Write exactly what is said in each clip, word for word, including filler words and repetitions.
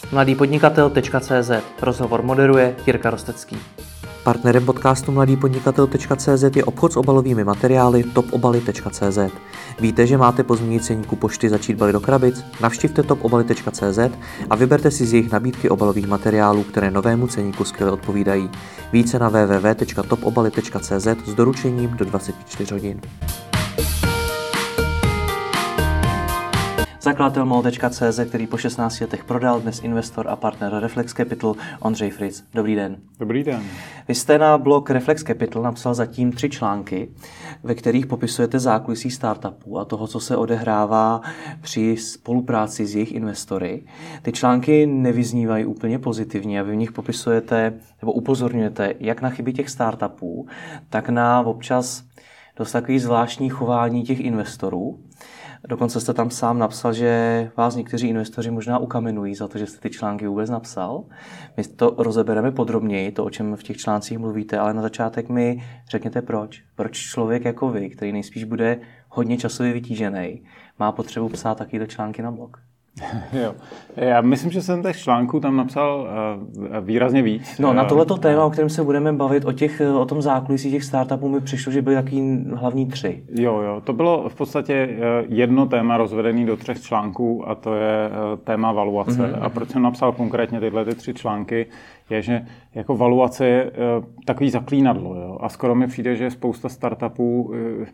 mladý podnikatel tečka cé zet. Rozhovor moderuje Jirka Rostecký. Partnerem podcastu mladý podnikatel tečka cé zet je obchod s obalovými materiály top obaly tečka cé zet. Víte, že máte po změně ceníku pošty začít balit do krabic? Navštivte top obaly tečka cé zet a vyberte si z jejich nabídky obalových materiálů, které novému ceníku skvěle odpovídají. Více na w w w tečka top obaly tečka cé zet s doručením do dvacet čtyři hodin. Zakladatel mol tečka cé zet, který po šestnácti letech prodal, dnes investor a partner Reflex Capital, Ondřej Fritz. Dobrý den. Dobrý den. Vy jste na blog Reflex Capital napsal zatím tři články, ve kterých popisujete zákulisí startupů a toho, co se odehrává při spolupráci s jejich investory. Ty články nevyznívají úplně pozitivně a vy v nich popisujete nebo upozorňujete jak na chyby těch startupů, tak na občas dost takový zvláštní chování těch investorů. Dokonce jste tam sám napsal, že vás někteří investoři možná ukamenují za to, že jste ty články vůbec napsal. My to rozebereme podrobněji, to, o čem v těch článcích mluvíte, ale na začátek mi řekněte proč. Proč člověk jako vy, který nejspíš bude hodně časově vytížený, má potřebu psát taky do články na blog? Jo. Já myslím, že jsem těch článků tam napsal uh, výrazně víc. No, na tohleto téma, o kterém se budeme bavit, o, těch, o tom zákulisí těch startupů, mi přišlo, že byly taky hlavní tři. Jo, jo. To bylo v podstatě jedno téma rozvedené do třech článků a to je téma valuace. Mm-hmm. A proč jsem napsal konkrétně tyhle ty tři články, je, že jako valuace je takový zaklínadlo. Jo? A skoro mi přijde, že spousta startupů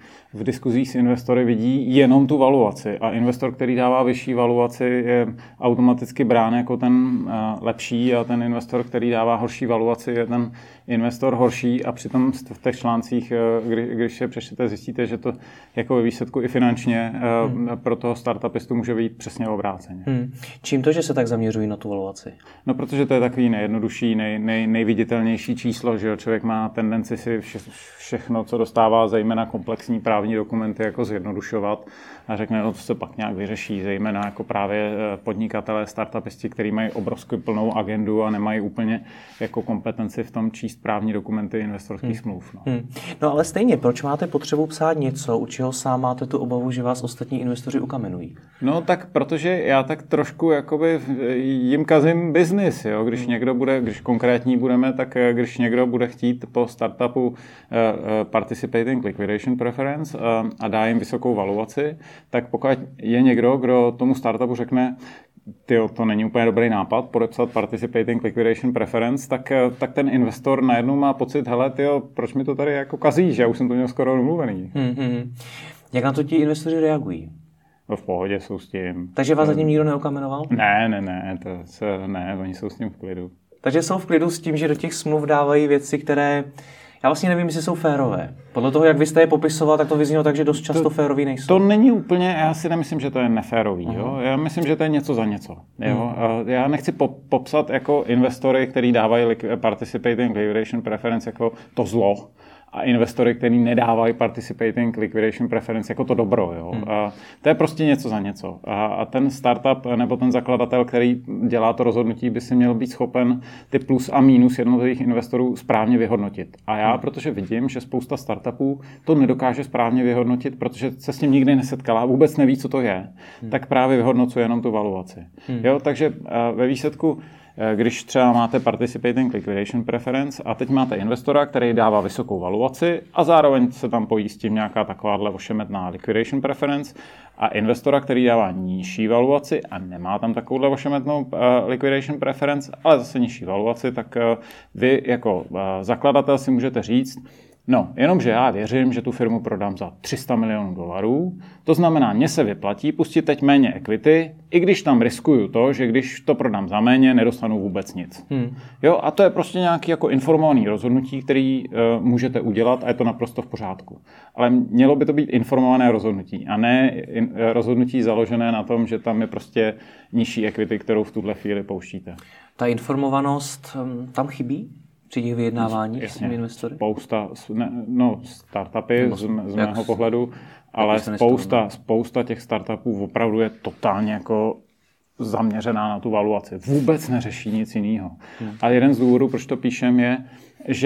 v diskuzích s investory vidí jenom tu valuaci. A investor, který dává vyšší valuaci, je automaticky brán jako ten lepší a ten investor, který dává horší valuaci, je ten investor horší a přitom v těch článcích, kdy, když se přečtete, zjistíte, že to jako ve výsledku i finančně hmm. pro toho startupistu může být přesně obráceně. Hmm. Čím to, že se tak zaměřují na tu valuaci? No, protože to je takový nejjednodušší, nej, nej, nejviditelnější číslo, že člověk má tendenci si vše, všechno, co dostává, zejména komplexní právní dokumenty, jako zjednodušovat a řekne, no, to se pak nějak vyřeší, zejména jako právě podnikatelé, startupisti, kteří mají obrovskou plnou agendu a nemají úplně jako kompetenci v tom číst právní dokumenty investorských hmm. smluv. No. Hmm. no ale stejně, proč máte potřebu psát něco, u čeho sám máte tu obavu, že vás ostatní investoři ukamenují? No tak, protože já tak trošku jakoby jim kazím biznis, jo, když hmm. někdo bude, když konkrétní budeme, tak když někdo bude chtít po startupu uh, participating liquidation preference uh, a dá jim vysokou valuaci, tak pokud je někdo, kdo tomu startupu řekne, tyjo, to není úplně dobrý nápad podepsat participating liquidation preference, tak, tak ten investor najednou má pocit, hele, tyjo, proč mi to tady jako kazíš, já už jsem to měl skoro domluvený. Mm-hmm. Jak na to ti investoři reagují? No, v pohodě jsou s tím. Takže vás zatím nikdo neokamenoval? Ne, ne, ne, to se, ne, oni jsou s tím v klidu. Takže jsou v klidu s tím, že do těch smluv dávají věci, které... Já vlastně nevím, jestli jsou férové. Podle toho, jak vy jste je popisoval, tak to vyznělo tak, že dost často to, férový nejsou. To není úplně, já si nemyslím, že to je neférový. Uh-huh. Jo? Já myslím, že to je něco za něco. Jo? Uh-huh. Já nechci po, popsat jako investory, který dávají li- participating liquidation preference jako to zlo. A investory, který nedávají participating liquidation preference jako to dobro. Jo? Hmm. A to je prostě něco za něco. A, a ten startup nebo ten zakladatel, který dělá to rozhodnutí, by si měl být schopen ty plus a minus jednotlivých investorů správně vyhodnotit. A já, hmm. protože vidím, že spousta startupů to nedokáže správně vyhodnotit, protože se s tím nikdy nesetkala, vůbec neví, co to je, hmm. tak právě vyhodnocuje jenom tu valuaci. Hmm. Jo? Takže ve výsledku když třeba máte participating liquidation preference a teď máte investora, který dává vysokou valuaci a zároveň se tam pojí s tím nějaká takováhle ošemetná liquidation preference a investora, který dává nižší valuaci a nemá tam takovouhle ošemetnou uh, liquidation preference, ale zase nižší valuaci, tak uh, vy jako uh, zakladatel si můžete říct, no, jenomže já věřím, že tu firmu prodám za tři sta milionů dolarů. To znamená, mně se vyplatí pustit teď méně equity, i když tam riskuju to, že když to prodám za méně, nedostanu vůbec nic. Hmm. Jo, a to je prostě nějaký jako informovaný rozhodnutí, který uh, můžete udělat a je to naprosto v pořádku. Ale mělo by to být informované rozhodnutí a ne in, rozhodnutí založené na tom, že tam je prostě nižší equity, kterou v tuhle chvíli pouštíte. Ta informovanost tam chybí? Při těch vyjednávání s těmi investory? Spousta, ne, no startupy z, z mého jak, pohledu, ale spousta, spousta těch startupů opravdu je totálně jako zaměřená na tu valuaci. Vůbec neřeší nic jiného. Hmm. A jeden z důvodů, proč to píšem, je, že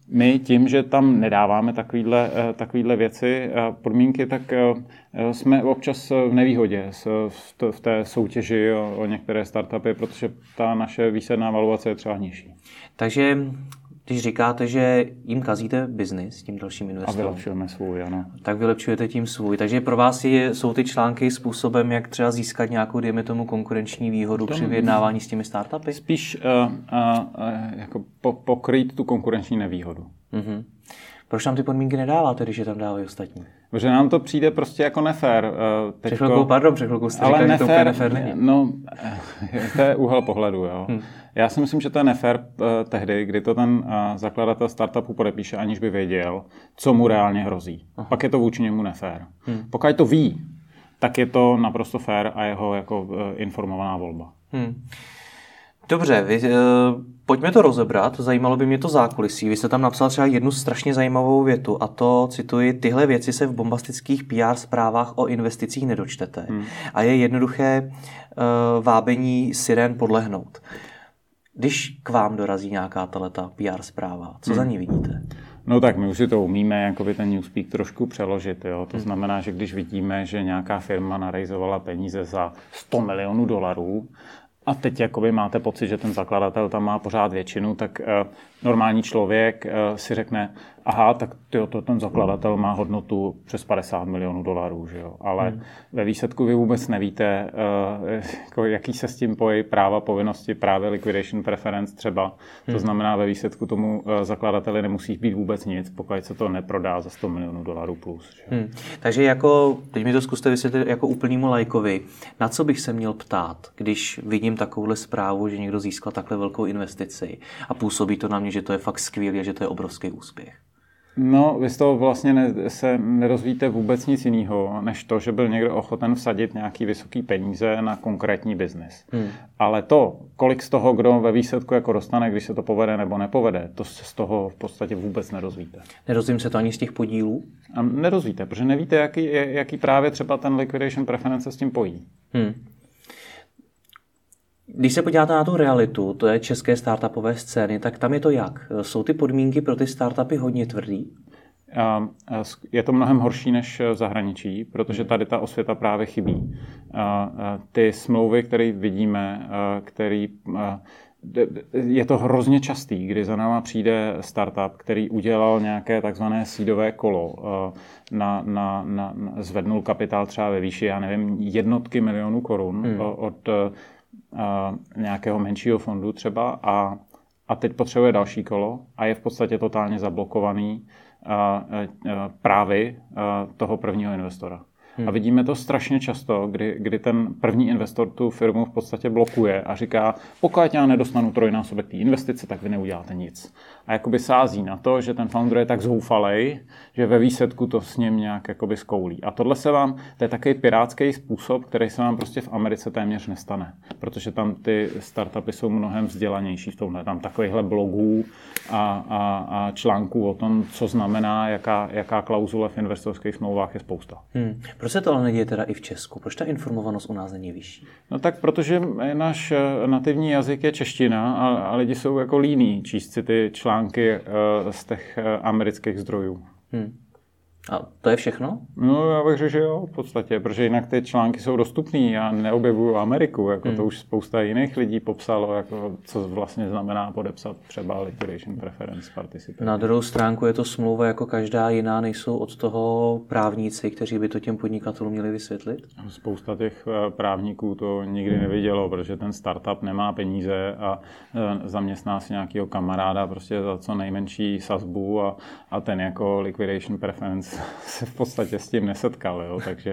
my tím, že tam nedáváme takovýhle, takovýhle věci, podmínky, tak jsme občas v nevýhodě v té soutěži o, o některé startupy, protože ta naše výsledná valuace je třeba nižší. Takže když říkáte, že jim kazíte biznis tím dalším investorům. A vylepšujeme svůj, ano. Tak vylepšujete tím svůj. Takže pro vás je, jsou ty články způsobem, jak třeba získat nějakou, dejme tomu, konkurenční výhodu to, při vyjednávání s těmi startupy? Spíš uh, uh, uh, jako po, pokrýt tu konkurenční nevýhodu. Mm-hmm. Proč tam ty podmínky nedáváte, když je tam dávají ostatní? Protože nám to přijde prostě jako nefér. Uh, před chvilkou, pardon, před chvilkou jste říkali, že to úplně nefér není. No, to je úhel pohledu, jo. Hmm. Já si myslím, že to je nefér uh, tehdy, kdy to ten uh, zakladatel startupu podepíše, aniž by věděl, co mu reálně hrozí. Aha. Pak je to vůči němu nefér. Hmm. Pokud to ví, tak je to naprosto fér a jeho jako uh, informovaná volba. Hmm. Dobře, vy, uh, pojďme to rozebrat. Zajímalo by mě to zákulisí. Vy jste tam napsal třeba jednu strašně zajímavou větu, a to, cituji, tyhle věci se v bombastických P R zprávách o investicích nedočtete. Hmm. A je jednoduché uh, vábení sirén podlehnout. Když k vám dorazí nějaká tato P R zpráva, co hmm. za ní vidíte? No tak my už si to umíme jakoby ten newspeak trošku přeložit. Jo? To hmm. znamená, že když vidíme, že nějaká firma narejzovala peníze za sto milionů dolarů, a teď jakoby máte pocit, že ten zakladatel tam má pořád většinu, tak uh, normální člověk uh, si řekne, aha, tak tyjo, to, ten zakladatel má hodnotu přes padesát milionů dolarů, že jo? Ale hmm. ve výsledku vy vůbec nevíte, uh, jako, jaký se s tím pojí práva, povinnosti, právě liquidation preference třeba. Hmm. To znamená, ve výsledku tomu uh, zakladateli nemusí být vůbec nic, pokud se to neprodá za sto milionů dolarů plus. Že? Hmm. Takže jako, teď mi to zkuste vysvětlit jako úplnému lajkovi, na co bych se měl ptát, když vidím takovouhle zprávu, že někdo získal takhle velkou investici a působí to na mě, že to je fakt skvělé a že to je obrovský úspěch. No, vy z toho vlastně ne, se nerozvíte vůbec nic jiného, než to, že byl někdo ochoten vsadit nějaký vysoký peníze na konkrétní biznis. Hmm. Ale to, kolik z toho, kdo ve výsledku jako dostane, když se to povede nebo nepovede, to se z toho v podstatě vůbec nerozvíte. Nerozvím se to ani z těch podílů? A nerozvíte, protože nevíte, jaký, jaký právě třeba ten liquidation preference s tím pojí. Hmm. Když se podíváte na tu realitu, to je české startupové scény, tak tam je to jak? Jsou ty podmínky pro ty startupy hodně tvrdý? Je to mnohem horší než v zahraničí, protože tady ta osvěta právě chybí. Ty smlouvy, které vidíme, který, je to hrozně častý, kdy za náma přijde startup, který udělal nějaké takzvané seedové kolo, na, na, na, zvednul kapitál třeba ve výši, já nevím, jednotky milionů korun hmm. od Uh, nějakého menšího fondu třeba a, a teď potřebuje další kolo a je v podstatě totálně zablokovaný uh, uh, právě uh, toho prvního investora. Hmm. A vidíme to strašně často, kdy, kdy ten první investor tu firmu v podstatě blokuje a říká, pokud já nedostanu trojnásobek té investice, tak vy neuděláte nic. A jakoby sází na to, že ten founder je tak zoufalej, že ve výsledku to s ním nějak jakoby skoulí. A tohle se vám, to je takový pirátský způsob, který se vám prostě v Americe téměř nestane. Protože tam ty startupy jsou mnohem vzdělanější v tomhle. Tam takovýchhle blogů a, a, a článků o tom, co znamená, jaká, jaká klauzule v investorských smlouvách je spousta. Hmm. Proč se to ale neděje teda i v Česku? Proč ta informovanost u nás není vyšší? No tak protože náš nativní jazyk je čeština a, a lidi jsou jako líní číst si ty články uh, z těch uh, amerických zdrojů. Hmm. A to je všechno? No já bych řekl, že jo, v podstatě, protože jinak ty články jsou dostupný. Já neobjevuju Ameriku, jako hmm. to už spousta jiných lidí popsalo, jako co vlastně znamená podepsat třeba liquidation preference participant. Na druhou stránku je to smlouva jako každá jiná, nejsou od toho právníci, kteří by to těm podnikatelům měli vysvětlit? Spousta těch právníků to nikdy nevidělo, protože ten startup nemá peníze a zaměstná si nějakého kamaráda prostě za co nejmenší sazbu a, a ten jako liquidation preference se v podstatě s tím nesetkal, jo? takže,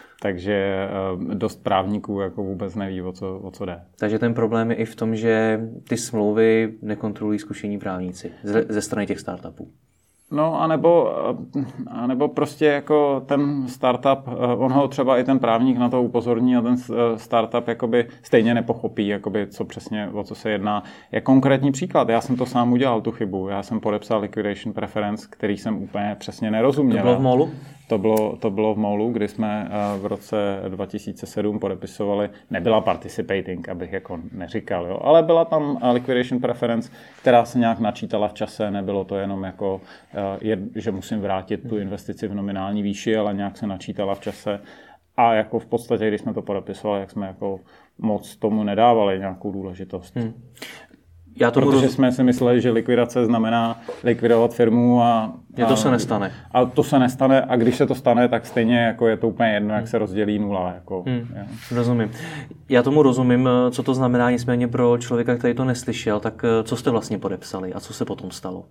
takže dost právníků jako vůbec neví, o co, o co jde. Takže ten problém je i v tom, že ty smlouvy nekontrolují zkušení právníci ze, ze strany těch startupů. No, anebo, anebo prostě jako ten startup, on ho třeba i ten právník na to upozorní a ten startup jakoby stejně nepochopí, jakoby co přesně, o co se jedná. Je konkrétní příklad, já jsem to sám udělal, tu chybu. Já jsem podepsal liquidation preference, který jsem úplně přesně nerozuměl. To bylo v molu? To bylo, to bylo v MOLu, kdy jsme v roce dva tisíce sedm podepisovali, nebyla participating, abych jako neříkal, jo, ale byla tam liquidation preference, která se nějak načítala v čase, nebylo to jenom jako, že musím vrátit tu investici v nominální výši, ale nějak se načítala v čase. A jako v podstatě, když jsme to podepisovali, jak jsme jako moc tomu nedávali nějakou důležitost. Hmm. Já tomu Protože roz... jsme si mysleli, že likvidace znamená likvidovat firmu a... a to se nestane. A to se nestane a když se to stane, tak stejně jako je to úplně jedno, jak se rozdělí nula. Jako, hmm. Rozumím. Já tomu rozumím, co to znamená, nicméně pro člověka, který to neslyšel, tak co jste vlastně podepsali a co se potom stalo?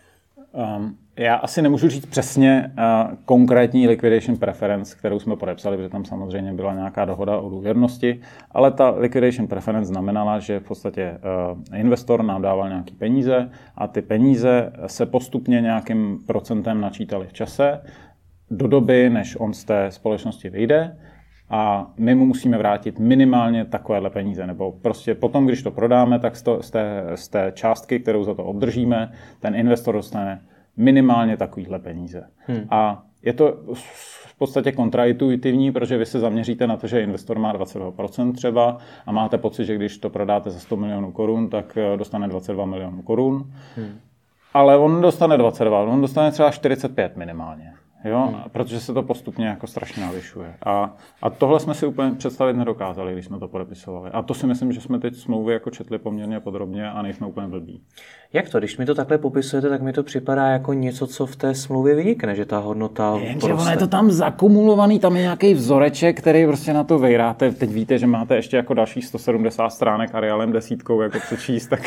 Um, já asi nemůžu říct přesně uh, konkrétní liquidation preference, kterou jsme podepsali, protože tam samozřejmě byla nějaká dohoda o důvěrnosti, ale ta liquidation preference znamenala, že v podstatě uh, investor nám dával nějaké peníze a ty peníze se postupně nějakým procentem načítaly v čase do doby, než on z té společnosti vyjde. A my mu musíme vrátit minimálně takovéhle peníze. Nebo prostě potom, když to prodáme, tak z, to, z, té, z té částky, kterou za to obdržíme, ten investor dostane minimálně takovýhle peníze. Hmm. A je to v podstatě kontraintuitivní, protože vy se zaměříte na to, že investor má dvacet dva procent třeba a máte pocit, že když to prodáte za sto milionů korun, tak dostane dvacet dva milionů korun. Hmm. Ale on dostane dvacet dva, on dostane třeba čtyřicet pět minimálně. Jo, hmm. protože se to postupně jako strašně navyšuje. A, a tohle jsme si úplně představit nedokázali, když jsme to podepisovali. A to si myslím, že jsme teď smlouvy jako četli poměrně podrobně a nejsme úplně blbí. Jak to? Když mi to takhle popisujete, tak mi to připadá jako něco, co v té smlouvě vynikne, že ta hodnota Jenže ono je to tam zakumulovaný, tam je nějaký vzoreček, který prostě na to vejráte. Teď víte, že máte ještě jako dalších sto sedmdesát stránek a Arialem desítkou jako přečíst, tak,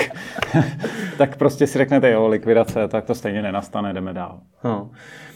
tak prostě si řeknete, jo, likvidace, tak to stejně nenastane, jdeme dál. No.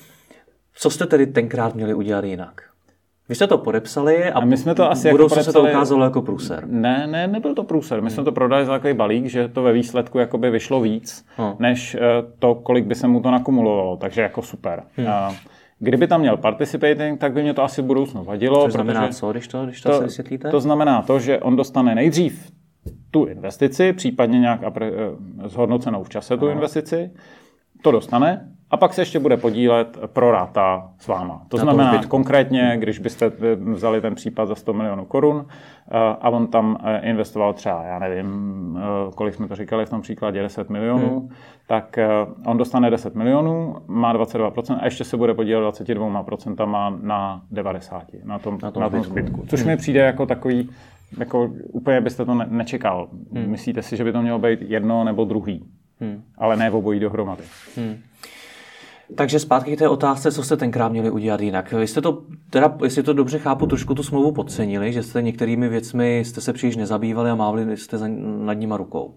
Co jste tedy tenkrát měli udělat jinak? Vy jste to podepsali a, a my jsme to asi budou jako se to ukázalo jako průser. Ne, ne, nebyl to průser. My hmm. jsme to prodali za takový balík, že to ve výsledku jakoby vyšlo víc, hmm. než to, kolik by se mu to nakumulovalo. Takže jako super. Hmm. A kdyby tam měl participating, tak by mě to asi v budoucnu vadilo. To znamená co, když to, když to, to vysvětlíte? To znamená to, že on dostane nejdřív tu investici, případně nějak zhodnocenou v čase tu Aha. investici, to dostane, a pak se ještě bude podílet pro rata s váma. To Na znamená konkrétně, když byste vzali ten případ za sto milionů korun a on tam investoval třeba, já nevím, kolik jsme to říkali v tom příkladě, deset milionů, hmm. tak on dostane deset milionů, má dvacet dva procent a ještě se bude podílet dvacet dva procent na devadesát procent, na tom, na tom, na tom zbytku. Což hmm. mi přijde jako takový, jako úplně byste to ne- nečekal. Hmm. Myslíte si, že by to mělo být jedno nebo druhý, hmm. ale ne obojí dohromady. Hmm. Takže zpátky k té otázce, co jste tenkrát měli udělat jinak. Vy jste to, teda, jestli to dobře chápu, trošku tu smlouvu podcenili, že jste některými věcmi jste se příliš nezabývali a mávli jste za, nad nima rukou.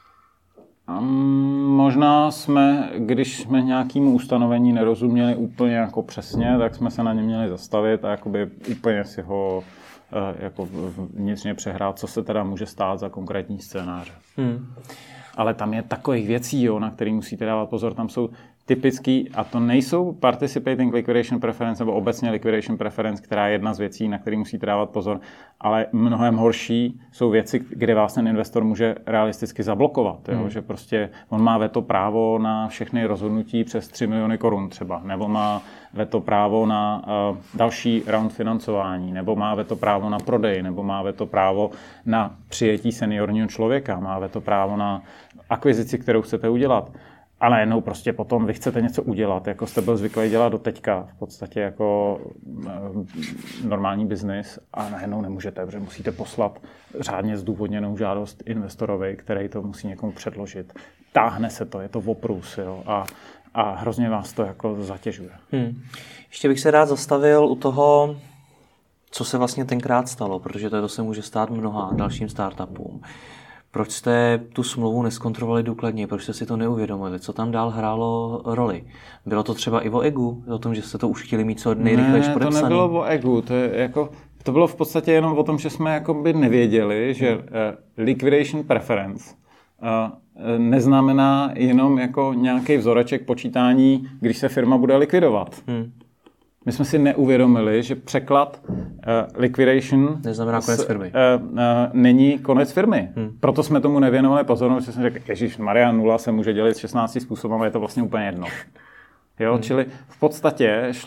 Um, možná jsme, když jsme nějakému ustanovení nerozuměli úplně jako přesně, tak jsme se na ně měli zastavit a jakoby úplně si ho uh, jako vnitřně přehrát, co se teda může stát za konkrétní scénáře. Hmm. Ale tam je takových věcí, jo, na které musíte dávat pozor. Tam jsou typický, a to nejsou participating liquidation preference nebo obecně liquidation preference, která je jedna z věcí, na které musíte dávat pozor, ale mnohem horší jsou věci, kde vás ten investor může realisticky zablokovat. Jo? Hmm. Že prostě on má veto právo na všechny rozhodnutí přes tři miliony korun třeba, nebo má veto právo na uh, další round financování, nebo má veto právo na prodej, nebo má veto právo na přijetí seniorního člověka, má veto právo na akvizici, kterou chcete udělat. A najednou prostě potom vy chcete něco udělat, jako jste byl zvyklý dělat do teďka, v podstatě jako normální biznis a najednou nemůžete, protože musíte poslat řádně zdůvodněnou žádost investorovi, který to musí někomu předložit. Táhne se to, je to oprus, jo, a, a hrozně vás to jako zatěžuje. Hmm. Ještě bych se rád zastavil u toho, co se vlastně tenkrát stalo, protože to se může stát mnoha dalším startupům. Proč jste tu smlouvu neskontrolovali důkladně? Proč jste si to neuvědomili? Co tam dál hrálo roli? Bylo to třeba i o egu? O tom, že jste to už chtěli mít co nejrychleji podepsaný? Ne, to nebylo o egu. To, je jako, to bylo v podstatě jenom o tom, že jsme jakoby nevěděli, že uh, liquidation preference uh, neznamená jenom jako nějaký vzoreček počítání, když se firma bude likvidovat. Hmm. My jsme si neuvědomili, že překlad uh, liquidation neznamená konec firmy. Uh, uh, není konec firmy. Hmm. Proto jsme tomu nevěnovali pozornost, že jsem řekl, ježišmarja, nula se může dělit šestnácti způsobem, je to vlastně úplně jedno. Jo, hmm. Čili v podstatě šlo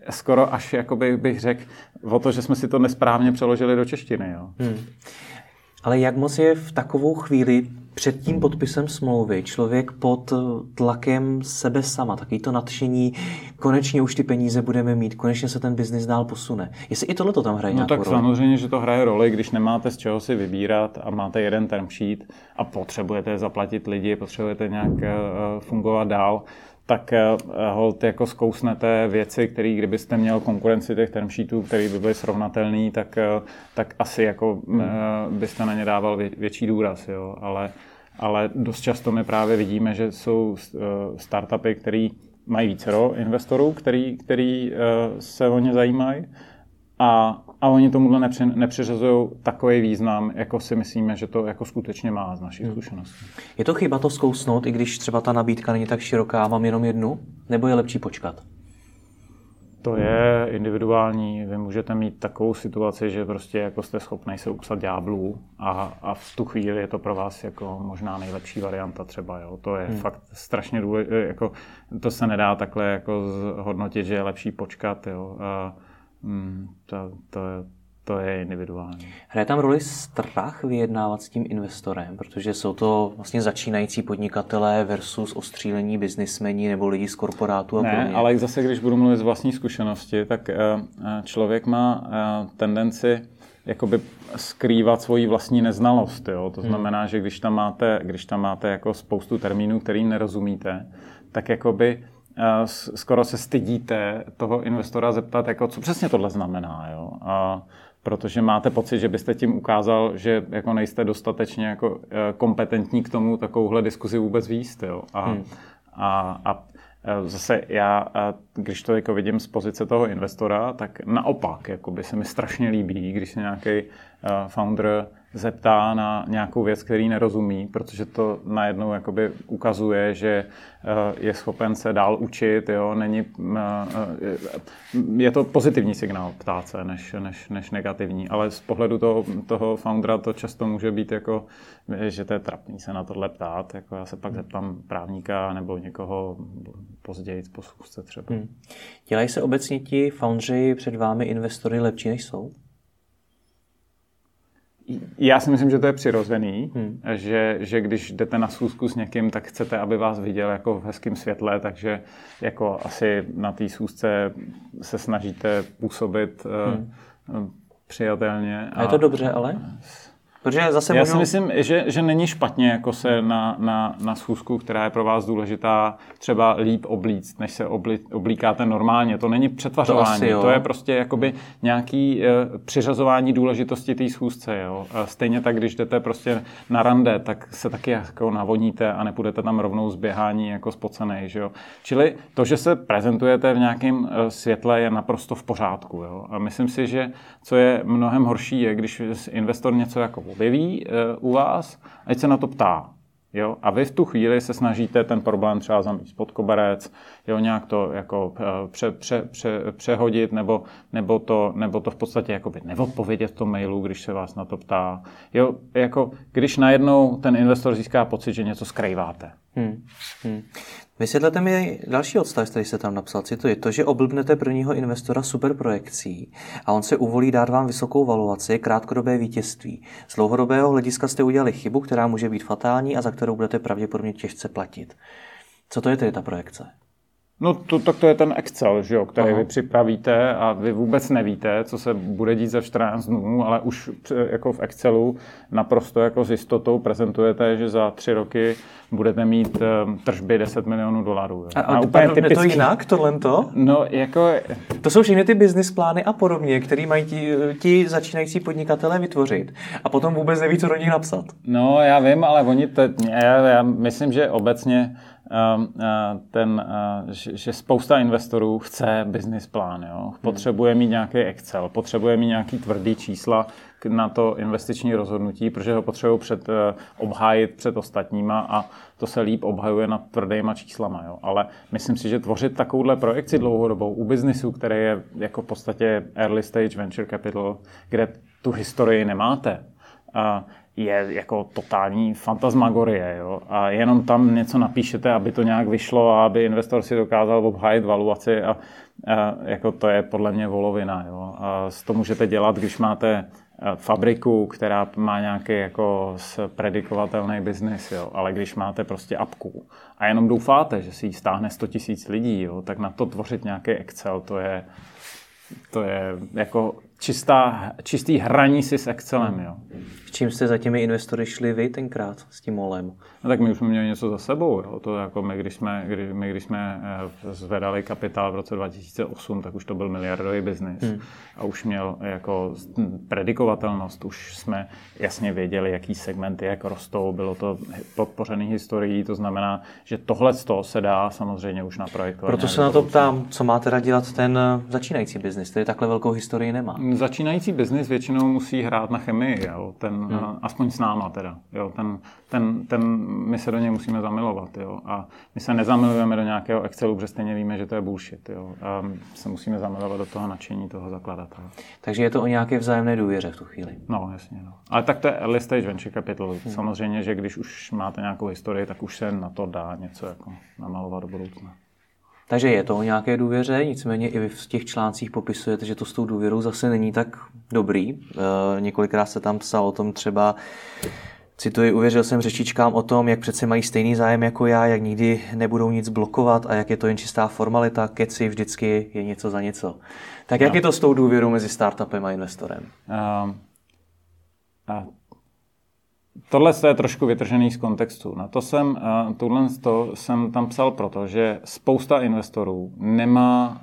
skoro až jakoby bych řekl o to, že jsme si to nesprávně přeložili do češtiny. Jo. Hmm. Ale jak moc je v takovou chvíli před tím podpisem smlouvy člověk pod tlakem sebe sama, takový to nadšení, konečně už ty peníze budeme mít, konečně se ten biznis dál posune. Jestli i tohle to tam hraje no nějakou tak roli? Samozřejmě, že to hraje roli, když nemáte z čeho si vybírat a máte jeden term sheet a potřebujete zaplatit lidi, potřebujete nějak uh, fungovat dál, tak uh, hold jako zkousnete věci, které kdybyste měl konkurenci těch term sheetů, které by byly srovnatelné, tak, uh, tak asi jako uh, byste na ně dával vě, větší důraz, jo, ale Ale dost často my právě vidíme, že jsou startupy, které mají vícero investorů, který, který se o ně zajímají a, a oni tomuhle nepři, nepřiřazují takový význam, jako si myslíme, že to jako skutečně má z naší zkušenosti. Je to chyba to zkousnout, i když třeba ta nabídka není tak široká, mám jenom jednu, nebo je lepší počkat? To je individuální. Vy můžete mít takovou situaci, že prostě jako jste schopný se upsat ďáblů a, a v tu chvíli je to pro vás jako možná nejlepší varianta třeba. Jo. To je hmm. fakt strašně důležité. Jako, to se nedá takhle jako zhodnotit, že je lepší počkat. Jo. A, mm, to, to, to je individuální. Hraje tam roli strach vyjednávat s tím investorem, protože jsou to vlastně začínající podnikatelé versus ostřílení biznismeni nebo lidi z korporátu a ne, podobně. Ale zase, když budu mluvit z vlastní zkušenosti, tak člověk má tendenci jakoby skrývat svoji vlastní neznalost. Jo? To znamená, hmm. že když tam máte, když tam máte jako spoustu termínů, kterým nerozumíte, tak jakoby skoro se stydíte toho investora zeptat, jako, co přesně tohle znamená. Jo? A protože máte pocit, že byste tím ukázal, že jako nejste dostatečně jako kompetentní k tomu takovouhle diskuzi vůbec vést. Jo? A, hmm. a, a zase já, když to jako vidím z pozice toho investora, tak naopak jakoby se mi strašně líbí, když se nějaký founder zeptá na nějakou věc, který nerozumí, protože to najednou jakoby ukazuje, že je schopen se dál učit, jo, není, je to pozitivní signál ptát se, než, než, než negativní, ale z pohledu toho, toho foundera to často může být jako, že to je trapný se na tohle ptát, jako já se pak zeptám právníka nebo někoho později po schůzce třeba. Hmm. Dělají se obecně ti foundři před vámi investory lepší, než jsou? Já si myslím, že to je přirozený, hmm. že, že když jdete na schůzku s někým, tak chcete, aby vás viděl jako v hezkém světle, takže jako asi na té schůzce se snažíte působit hmm. přijatelně. A je to dobře, ale? Protože zase Já můžu... si myslím, že, že není špatně jako se na, na, na schůzku, která je pro vás důležitá, třeba líp oblíct, než se obli, oblíkáte normálně. To není přetvařování, to, to je prostě jakoby nějaký e, přiřazování důležitosti té schůzce. Jo. A stejně tak, když jdete prostě na rande, tak se taky jako navoníte a nepůjdete tam rovnou z běhání jako spocenej. Že jo. Čili to, že se prezentujete v nějakém světle, je naprosto v pořádku. Jo. A myslím si, že co je mnohem horší, je, když investor něco jako objeví uh, u vás, ať se na to ptá. Jo? A vy v tu chvíli se snažíte ten problém třeba zamít pod koberec, jo, nějak to jako uh, pře, pře, pře, přehodit, nebo, nebo, to, nebo to v podstatě jakoby neodpovědět v tom mailu, když se vás na to ptá. Jo, jako, když najednou ten investor získá pocit, že něco skrýváte. Hmm. Hmm. Vysvětlete mi další odstavec, který jste tam napsal. Cituji, to, že oblbnete prvního investora super projekcí a on se uvolí dát vám vysokou valuaci, je krátkodobé vítězství. Z dlouhodobého hlediska jste udělali chybu, která může být fatální a za kterou budete pravděpodobně těžce platit. Co to je tedy ta projekce? No to, tak to je ten Excel, že jo, který Aha. vy připravíte a vy vůbec nevíte, co se bude dít za čtrnáct dnů, ale už jako v Excelu naprosto jako s jistotou prezentujete, že za tři roky budete mít tržby deset milionů dolarů. Jo. A, a, a úplně typický... to jinak, tohle to? No jako... To jsou všechny ty business plány a podobně, který mají ti, ti začínající podnikatelé vytvořit a potom vůbec neví, co do nich napsat. No já vím, ale oni to... Já, já myslím, že obecně ten, že spousta investorů chce business plán, jo? Potřebuje mít nějaký Excel, potřebuje mít nějaký tvrdý čísla na to investiční rozhodnutí, protože ho potřebují před, obhájit před ostatníma a to se líp obhajuje nad tvrdýma číslama. Jo? Ale myslím si, že tvořit takovouhle projekci dlouhodobou u biznisu, který je jako v podstatě early stage venture capital, kde tu historii nemáte, je jako totální fantasmagorie. Jo? A jenom tam něco napíšete, aby to nějak vyšlo a aby investor si dokázal obhájit valuaci a, a jako to je podle mě volovina. Jo? A to můžete dělat, když máte fabriku, která má nějaký jako predikovatelný biznis, jo? Ale když máte prostě apku a jenom doufáte, že si ji stáhne sto tisíc lidí, jo? Tak na to tvořit nějaký Excel, to je, to je jako čistá, čistý hraní si s Excelem. Jo? S čím jste za těmi investory šli vy tenkrát s tím molem? No tak my už jsme měli něco za sebou. Jo? To jako my, když jsme, kdy, my, když jsme zvedali kapitál v roce dva tisíce osm, tak už to byl miliardový biznis. Hmm. A už měl jako predikovatelnost. Už jsme jasně věděli, jaký segmenty jak rostou. Bylo to podpořený historií, to znamená, že tohle se dá samozřejmě už naprojektovat. Proto se na to ptám, co má teda dělat ten začínající biznis, který takhle velkou historii nemá. Začínající biznis většinou musí hrát na chemii, jo? Ten, hmm. aspoň s náma teda. Jo? Ten, ten, ten, my se do něj musíme zamilovat. Jo? A my se nezamilujeme do nějakého Excelu, protože stejně víme, že to je bullshit. Jo? A my se musíme zamilovat do toho nadšení toho zakladatele. Takže je to o nějaké vzájemné důvěře v tu chvíli. No, jasně. No. Ale tak to je early stage venture capital. Hmm. Samozřejmě, že když už máte nějakou historii, tak už se na to dá něco jako namalovat do budoucna. Takže je to o nějaké důvěře, nicméně i vy v těch článcích popisujete, že to s tou důvěrou zase není tak dobrý. E, několikrát se tam psal o tom třeba, cituji, uvěřil jsem řečičkám o tom, jak přece mají stejný zájem jako já, jak nikdy nebudou nic blokovat a jak je to jen čistá formalita, keci, vždycky je něco za něco. Tak jak no. je to s tou důvěrou mezi startupem a investorem? Um, uh. Tohle je trošku vytržený z kontextu. Na to jsem, tohle to jsem tam psal proto, že spousta investorů nemá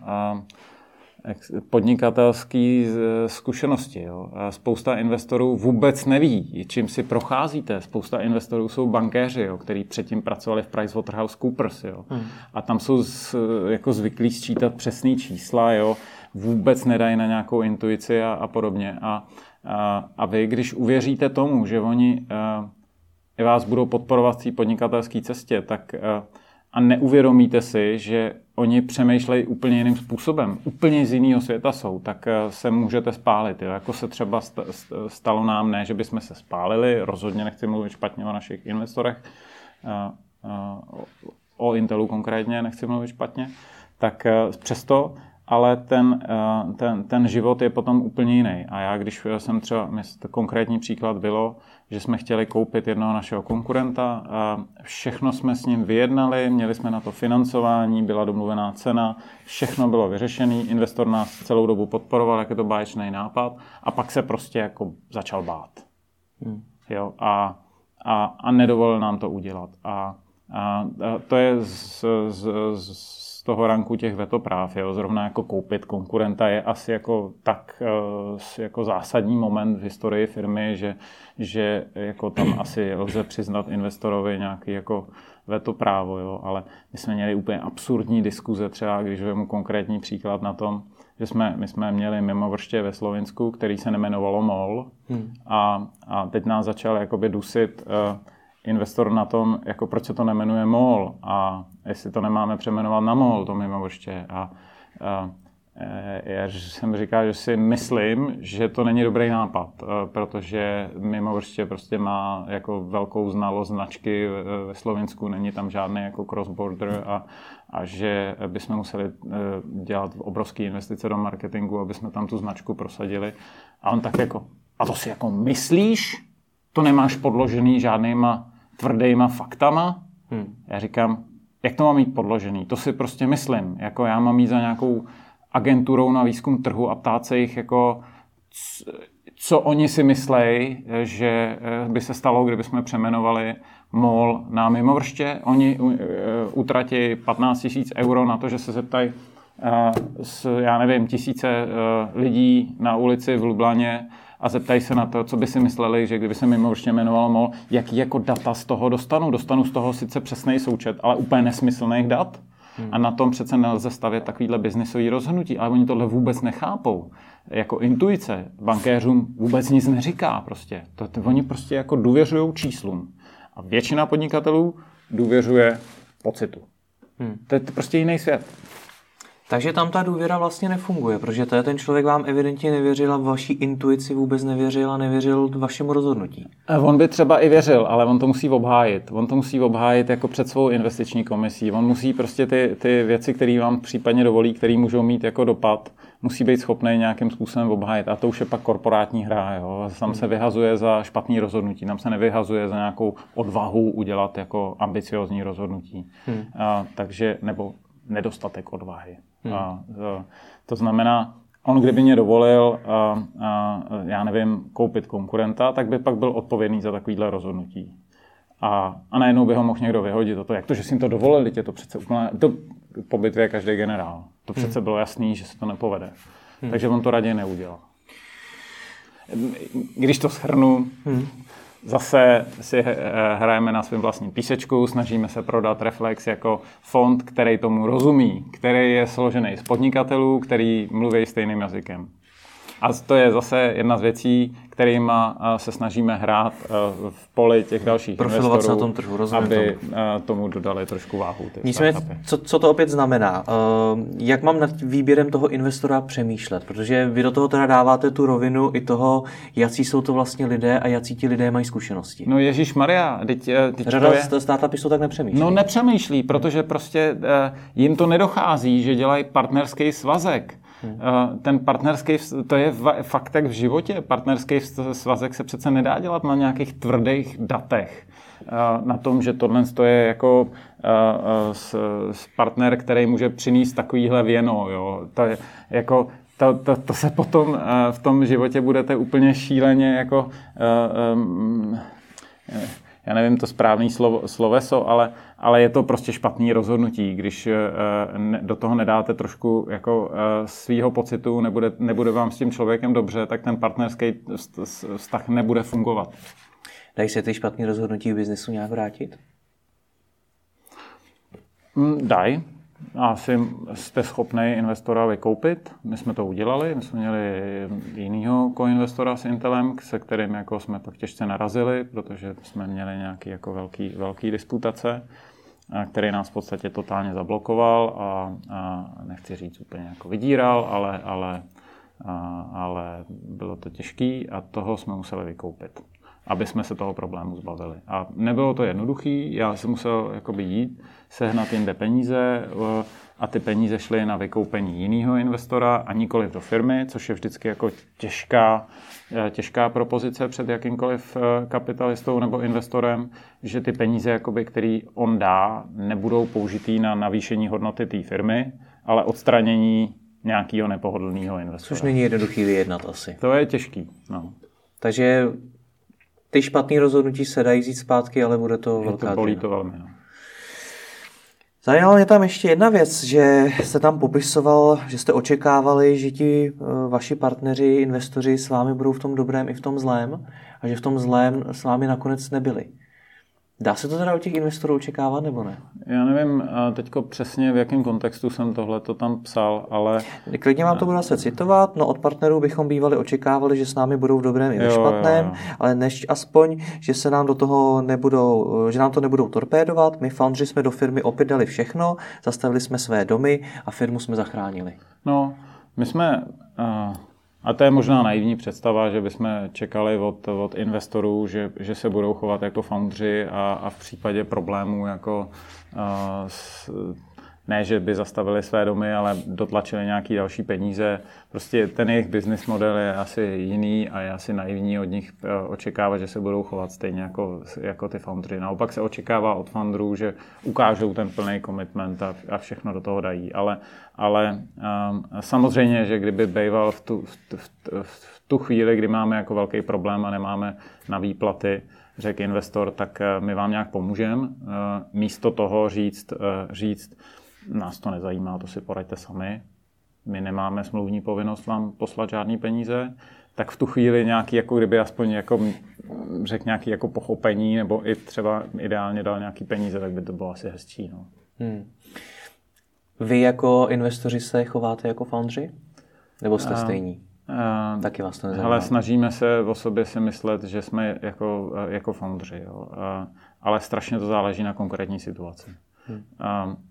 podnikatelské zkušenosti. Jo. Spousta investorů vůbec neví, čím si procházíte. Spousta investorů jsou bankéři, jo, kteří předtím pracovali v PricewaterhouseCoopers. Jo. Hmm. A tam jsou z, jako zvyklí sčítat přesný čísla, jo. Vůbec nedají na nějakou intuici a, a podobně. A A vy, když uvěříte tomu, že oni uh, vás budou podporovat v té podnikatelské cestě, tak uh, a neuvědomíte si, že oni přemýšlejí úplně jiným způsobem, úplně z jiného světa jsou, tak uh, se můžete spálit. Jo? Jako se třeba stalo nám, ne, že bychom se spálili, rozhodně nechci mluvit špatně o našich investorech, uh, uh, o Intelu konkrétně nechci mluvit špatně, tak uh, přesto ale ten, ten, ten život je potom úplně jiný. A já, když jsem třeba, konkrétní příklad bylo, že jsme chtěli koupit jednoho našeho konkurenta, všechno jsme s ním vyjednali, měli jsme na to financování, byla domluvená cena, všechno bylo vyřešené, investor nás celou dobu podporoval, jak je to báječný nápad, a pak se prostě jako začal bát. Hmm. Jo, a, a, a nedovolil nám to udělat. A, a to je z, z, z z toho ranku těch vetopráv. Jo. Zrovna jako koupit konkurenta je asi jako tak jako zásadní moment v historii firmy, že, že jako tam asi lze přiznat investorovi nějaký jako vetoprávo. Jo. Ale my jsme měli úplně absurdní diskuze, třeba když vezmu konkrétní příklad na tom, že jsme, my jsme měli mimovrště ve Slovinsku, který se nemenovalo MOL, hmm. a, a teď nás začal jakoby dusit uh, investor na tom, jako proč se to nemenuje MOL a jestli to nemáme přejmenovat na MOL, to mimovrště. A, a já jsem říkal, že si myslím, že to není dobrý nápad, protože mimovrště prostě má jako velkou znalost značky ve Slovinsku, není tam žádný jako cross-border a, a že bychom museli dělat obrovské investice do marketingu, aby jsme tam tu značku prosadili. A on tak jako, a to si jako myslíš? To nemáš podložený žádnýma tvrdýma faktama? Hmm. Já říkám, jak to mám mít podložený? To si prostě myslím. Jako já mám jít za nějakou agenturou na výzkum trhu a ptát se jich, jako, co oni si myslejí, že by se stalo, kdyby jsme přeměnovali MOL na mimovrště. Oni utratí patnáct tisíc euro na to, že se zeptají s, já nevím, tisíce lidí na ulici v Lublaně a zeptají se na to, co by si mysleli, že kdyby se mimovrště jmenovalo MOL, jaký jako data z toho dostanu. Dostanu z toho sice přesný součet, ale úplně nesmyslných dat. Hmm. A na tom přece nelze stavět takovýhle biznisový rozhodnutí, ale oni tohle vůbec nechápou. Jako intuice bankéřům vůbec nic neříká prostě. To, to, oni prostě jako důvěřují číslům. A většina podnikatelů důvěřuje pocitu. Hmm. To je prostě jiný svět. Takže tam ta důvěra vlastně nefunguje, protože to je ten člověk vám evidentně nevěřil a vaší intuici vůbec nevěřil a nevěřil vašemu rozhodnutí. On by třeba i věřil, ale on to musí obhájit. On to musí obhájit jako před svou investiční komisí. On musí prostě ty, ty věci, které vám případně dovolí, které můžou mít jako dopad, musí být schopný nějakým způsobem obhájit. A to už je pak korporátní hra. Jo? Tam se vyhazuje za špatný rozhodnutí. Tam se nevyhazuje za nějakou odvahu udělat jako ambiciozní rozhodnutí. Hmm. A, takže, nebo nedostatek odvahy. Hmm. A, to znamená, on kdyby mě dovolil, a, a, já nevím, koupit konkurenta, tak by pak byl odpovědný za takovýhle rozhodnutí. A, a najednou by ho mohl někdo vyhodit. To, jak to, že si jim to dovolil, je to přece úplně... To, po bitvě je každý generál. To přece hmm. bylo jasný, že se to nepovede. Hmm. Takže on to raději neudělal. Když to shrnu, hmm. zase si hrajeme na svém vlastním písečku, snažíme se prodat Reflex jako fond, který tomu rozumí, který je složený z podnikatelů, který mluví stejným jazykem. A to je zase jedna z věcí, kterými se snažíme hrát v poli těch dalších profilovat investorů, na tom trhu, rozumím aby tomu. tomu dodali trošku váhu. Nicméně, co, co to opět znamená? Jak mám nad výběrem toho investora přemýšlet? Protože vy do toho teda dáváte tu rovinu i toho, jací jsou to vlastně lidé a jací ti lidé mají zkušenosti. No ježišmarja, teď, teď řada je... startupy jsou tak nepřemýšlí. No nepřemýšlí, protože prostě jim to nedochází, že dělají partnerský svazek. Hmm. Ten partnerský, to je faktek v životě. Partnerský svazek se přece nedá dělat na nějakých tvrdých datech. Na tom, že tohle je jako partner, který může přinést takovýhle věno. Jo. To je jako To, to, to se potom v tom životě budete úplně šíleně jako um, já nevím to správný slovo, sloveso, ale, ale je to prostě špatný rozhodnutí, když ne, do toho nedáte trošku jako svýho pocitu, nebude, nebude vám s tím člověkem dobře, tak ten partnerský vztah nebude fungovat. Dají se ty špatný rozhodnutí v biznesu nějak vrátit? Dají. Asi jste schopný investora vykoupit. My jsme to udělali. My jsme měli jinýho koinvestora s Intelem, se kterým jako jsme pak těžce narazili, protože jsme měli nějaký jako velký, velký disputace, který nás v podstatě totálně zablokoval a, a nechci říct úplně jako vydíral, ale, ale, a, ale bylo to těžký a toho jsme museli vykoupit, aby jsme se toho problému zbavili. A nebylo to jednoduchý, já jsem musel jakoby jít, sehnat jinde peníze a ty peníze šly na vykoupení jiného investora a nikoliv do firmy, což je vždycky jako těžká, těžká propozice před jakýmkoliv kapitalistou nebo investorem, že ty peníze, jakoby, který on dá, nebudou použitý na navýšení hodnoty té firmy, ale odstranění nějakého nepohodlného investora. Což není jednoduchý vyjednat asi. To je těžký, no. Takže ty špatný rozhodnutí se dají vzít zpátky, ale bude to je velká to bolí to velmi, no. Zajímalo mě tam ještě jedna věc, že jste tam popisoval, že jste očekávali, že ti vaši partneři, investoři s vámi budou v tom dobrém i v tom zlém a že v tom zlém s vámi nakonec nebyli. Dá se to teda od těch investorů očekávat, nebo ne? Já nevím teďko přesně, v jakém kontextu jsem tohleto tam psal, ale... Klidně vám to budu zase citovat. No od partnerů bychom bývali očekávali, že s námi budou v dobrém i ve špatném, jo, jo. ale než aspoň, že se nám do toho nebudou, že nám to nebudou torpédovat. My foundři jsme do firmy opět dali všechno, zastavili jsme své domy a firmu jsme zachránili. No, my jsme... Uh... A to je možná naivní představa, že bychom čekali od, od investorů, že, že se budou chovat jako foundři a, a v případě problémů jako uh, s, ne, že by zastavili své domy, ale dotlačili nějaký další peníze. Prostě ten jejich business model je asi jiný a je asi naivní od nich očekávat, že se budou chovat stejně jako, jako ty foundry. Naopak se očekává od founderů, že ukážou ten plný commitment a, a všechno do toho dají. Ale, ale um, samozřejmě, že kdyby býval v tu, v, v, v tu chvíli, kdy máme jako velký problém a nemáme na výplaty, řekl investor, tak my vám nějak pomůžeme. Místo toho říct, říct nás to nezajímá, to si poraďte sami. My nemáme smluvní povinnost vám poslat žádný peníze, tak v tu chvíli nějaký, jako kdyby aspoň jako, řekl nějaký jako pochopení, nebo i třeba ideálně dal nějaký peníze, tak by to bylo asi hezčí. No. Hmm. Vy jako investoři se chováte jako foundři? Nebo jste stejní? Uh, Taky vás to nezajímá. Ale snažíme se o sobě si myslet, že jsme jako, jako foundři. Jo. Uh, ale strašně to záleží na konkrétní situaci. Hmm. Uh,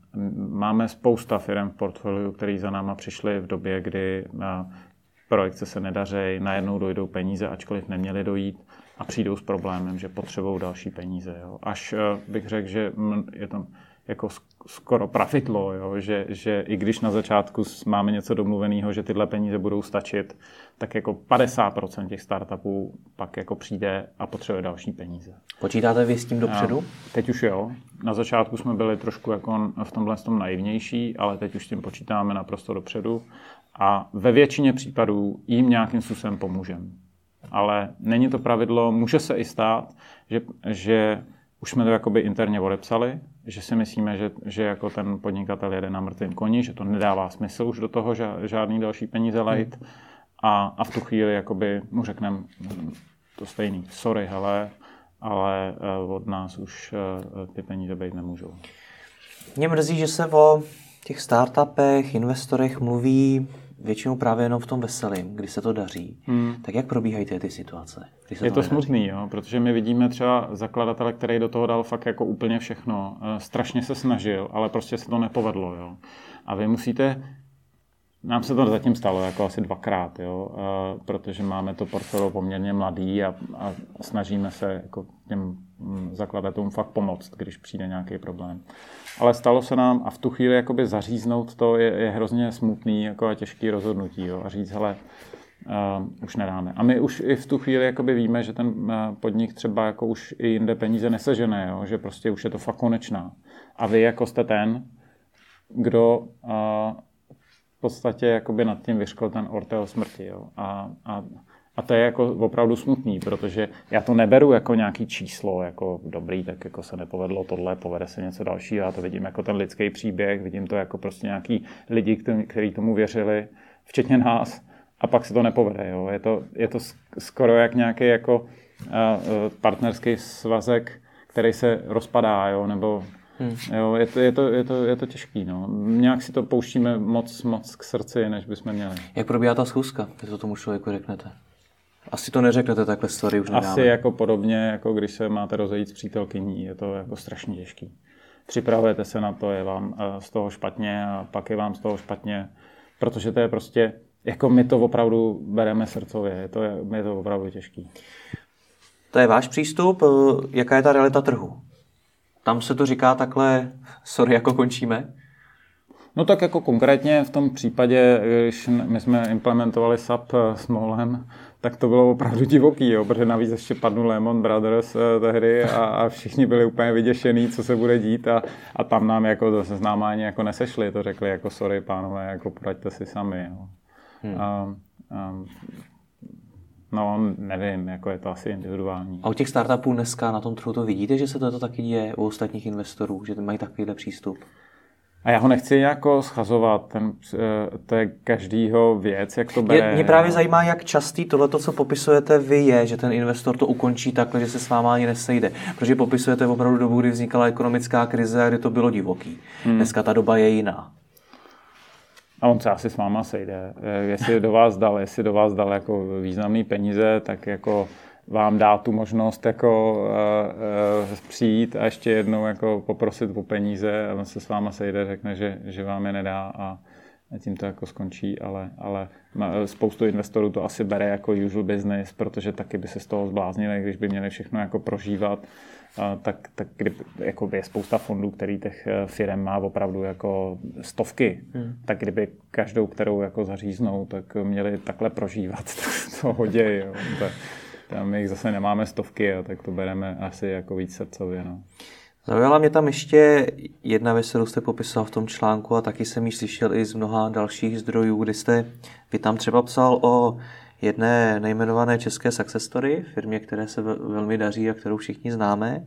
máme spousta firm v portfoliu, který za náma přišli v době, kdy projekce se nedaří, najednou dojdou peníze, ačkoliv neměly dojít a přijdou s problémem, že potřebují další peníze. Jo. Až bych řekl, že je tam jako skoro pravidlo, jo, že, že i když na začátku máme něco domluveného, že tyhle peníze budou stačit, tak jako padesát procent těch startupů pak jako přijde a potřebuje další peníze. Počítáte vy s tím dopředu? Teď už jo. Na začátku jsme byli trošku jako v tomhle tom naivnější, ale teď už s tím počítáme naprosto dopředu a ve většině případů jim nějakým způsobem pomůžeme. Ale není to pravidlo, může se i stát, že, že už jsme to jakoby interně odepsali, že si myslíme, že, že jako ten podnikatel jede na mrtvém koni, že to nedává smysl už do toho žádný další peníze lejt hmm. a, a v tu chvíli jakoby mu řekneme to stejný, sorry, hele, ale od nás už ty peníze být nemůžou. Mě mrzí, že se o těch startupech, investorech mluví většinou právě jenom v tom veselým, kdy se to daří. Hmm. Tak jak probíhají ty, ty situace? Se je to, to smutný, jo, protože my vidíme třeba zakladatele, který do toho dal fakt jako úplně všechno. Strašně se snažil, ale prostě se to nepovedlo. Jo. A vy musíte, nám se to zatím stalo jako asi dvakrát, jo, protože máme to portfolio poměrně mladý a, a snažíme se jako těm zakladatelům fakt pomoct, když přijde nějaký problém. Ale stalo se nám a v tu chvíli jakoby zaříznout to je, je hrozně smutný jako a těžký rozhodnutí, jo, a říct, hele, uh, už nedáme. A my už i v tu chvíli jakoby víme, že ten uh, podnik třeba jako už i jinde peníze nesežené, jo, že prostě už je to fakt konečná. A vy jako jste ten, kdo uh, v podstatě jakoby nad tím vyřkl ten ortel smrti, jo. A, a A to je jako opravdu smutný, protože já to neberu jako nějaký číslo, jako dobrý, tak jako se nepovedlo tohle, povede se něco dalšího. Já to vidím jako ten lidský příběh, vidím to jako prostě nějaký lidi, kteří tomu věřili, včetně nás, a pak se to nepovede. Jo. Je to, je to skoro jak nějaký jako partnerský svazek, který se rozpadá, jo, nebo Hmm. Jo, je to, je to, je to, je to těžký, no. Nějak si to pouštíme moc, moc k srdci, než bychom měli. Jak probíhá ta schůzka, když to tomu člověku řeknete? Asi to neřeknete takhle story, už nedáme. Asi jako podobně, jako když se máte rozejít s přítelkyní, je to jako strašně těžký. Připravujete se na to, je vám z toho špatně a pak je vám z toho špatně, protože to je prostě, jako my to opravdu bereme srdcově, je to, je to opravdu těžký. To je váš přístup, jaká je ta realita trhu? Tam se to říká takhle, sorry, jako končíme? No tak jako konkrétně v tom případě, když my jsme implementovali S A P s Molem, tak to bylo opravdu divoký, jo, protože navíc ještě padnul Lehman Brothers tehdy a, a všichni byli úplně vyděšený, co se bude dít a, a tam nám jako zase známá ani jako nesešli, to řekli jako sorry pánové, jako poraďte si sami. Jo. Hmm. A, a, no nevím, jako je to asi individuální. A u těch startupů dneska na tom trhu to vidíte, že se to taky děje u ostatních investorů, že mají takovýhle přístup? A já ho nechci jako schazovat, ten, to je každýho věc, jak to bere. Mě, mě právě zajímá, jak častý tohleto, co popisujete vy, je, že ten investor to ukončí takhle, že se s váma ani nesejde. Protože popisujete opravdu dobu, kdy vznikala ekonomická krize a kdy to bylo divoký. Hmm. Dneska ta doba je jiná. A on se asi s váma sejde. Jestli do vás dal, jestli do vás dal jako významný peníze, tak jako vám dá tu možnost jako uh, uh, přijít a ještě jednou jako poprosit o peníze a on se s váma sejde, řekne, že, že vám je nedá a tím to jako skončí, ale, ale spoustu investorů to asi bere jako usual business, protože taky by se z toho zbláznili, když by měli všechno jako prožívat, uh, tak, tak kdyby, jako je spousta fondů, který těch firem má opravdu jako stovky, hmm. tak kdyby každou, kterou jako zaříznou, tak měli takhle prožívat, to, to hodě, jo. To, tam jich zase nemáme stovky, a tak to bereme asi jako víc srdcově. No. Zaujala mě tam ještě jedna věc, kterou jste popisoval v tom článku a taky jsem ji slyšel i z mnoha dalších zdrojů, kdy jste vy tam třeba psal o jedné nejmenované české success story, firmě, které se velmi daří a kterou všichni známe,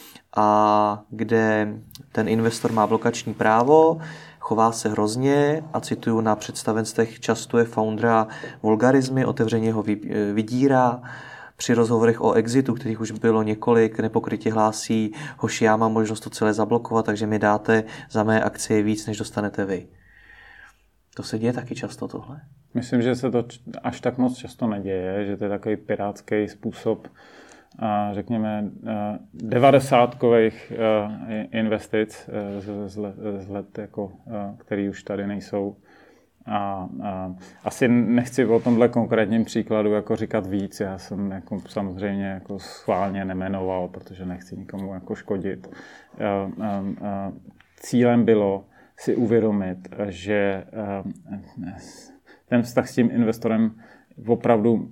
a kde ten investor má blokační právo, chová se hrozně a cituju, na představenstvech častuje foundera vulgarizmy, otevřeně ho vydírá. Při rozhovorech o exitu, kterých už bylo několik, nepokrytě hlásí, hoši, já mám možnost to celé zablokovat, takže mi dáte za mé akcie víc, než dostanete vy. To se děje taky často tohle? Myslím, že se to až tak moc často neděje, že to je takový pirátský způsob a řekněme devadesátkových investic z let, z let jako, který už tady nejsou. A, a asi nechci o tomhle konkrétním příkladu jako říkat víc. Já jsem jako samozřejmě jako schválně nemenoval, protože nechci nikomu jako škodit. A, a, a cílem bylo si uvědomit, že ten vztah s tím investorem opravdu,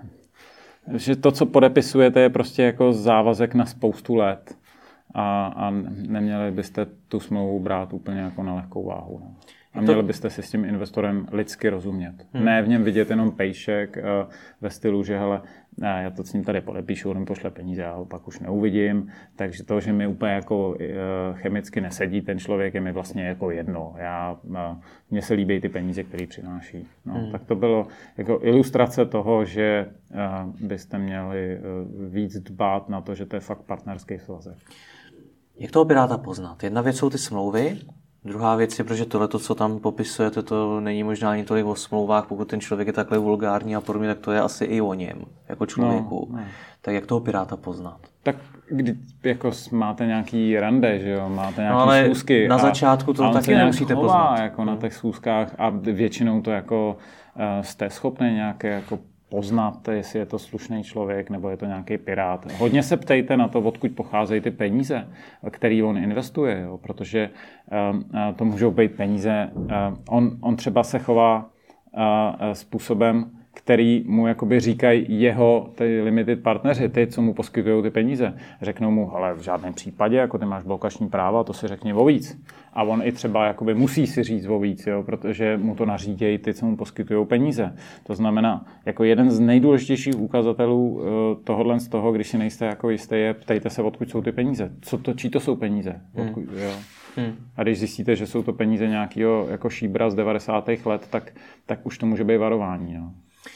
že to, co podepisujete, je prostě jako závazek na spoustu let a, a neměli byste tu smlouvu brát úplně jako na lehkou váhu. No. A měli byste si s tím investorem lidsky rozumět. Hmm. Ne v něm vidět jenom pejšek uh, ve stylu, že hele, já to s ním tady podepíšu, on mi pošle peníze, já ho pak už neuvidím. Takže to, že mi úplně jako uh, chemicky nesedí ten člověk, je mi vlastně jako jedno. Já, uh, mně se líbí ty peníze, které přináší. No, hmm. Tak to bylo jako ilustrace toho, že uh, byste měli uh, víc dbát na to, že to je fakt partnerský svazek. Jak toho piráta poznat? Jedna věc jsou ty smlouvy, druhá věc je, protože tohle, co tam popisujete, to není možná ani tolik o smlouvách, pokud ten člověk je takhle vulgární a podobně, tak to je asi i o něm, jako člověku. No, no. Tak jak toho piráta poznat? Tak když jako máte nějaký rande, že jo, máte nějaký no, schůzky. Na začátku to taky nemusíte poznat. Jako na těch schůzkách a většinou to jako uh, jste schopni nějaké jako poznat, jestli je to slušný člověk nebo je to nějaký pirát. Hodně se ptejte na to, odkud pocházejí ty peníze, které on investuje, jo, protože uh, to můžou být peníze. Uh, on, on třeba se chová uh, způsobem, který mu jakoby říkají jeho ty limited partneři, ty, co mu poskytují ty peníze. Řeknou mu, ale v žádném případě, jako ty máš blokační práva, to si řekni o víc. A on i třeba jakoby musí si říct o víc, jo, protože mu to nařídějí ty, co mu poskytují peníze. To znamená, jako jeden z nejdůležitějších ukazatelů tohohle z toho, když si nejste jako jistý, je ptejte se, odkud jsou ty peníze. Co to, čí to jsou peníze? Odkud, hmm. jo. Hmm. A když zjistíte, že jsou to peníze nějakého jako šíbra z devadesátých let, tak, tak už to může být varování. Jo.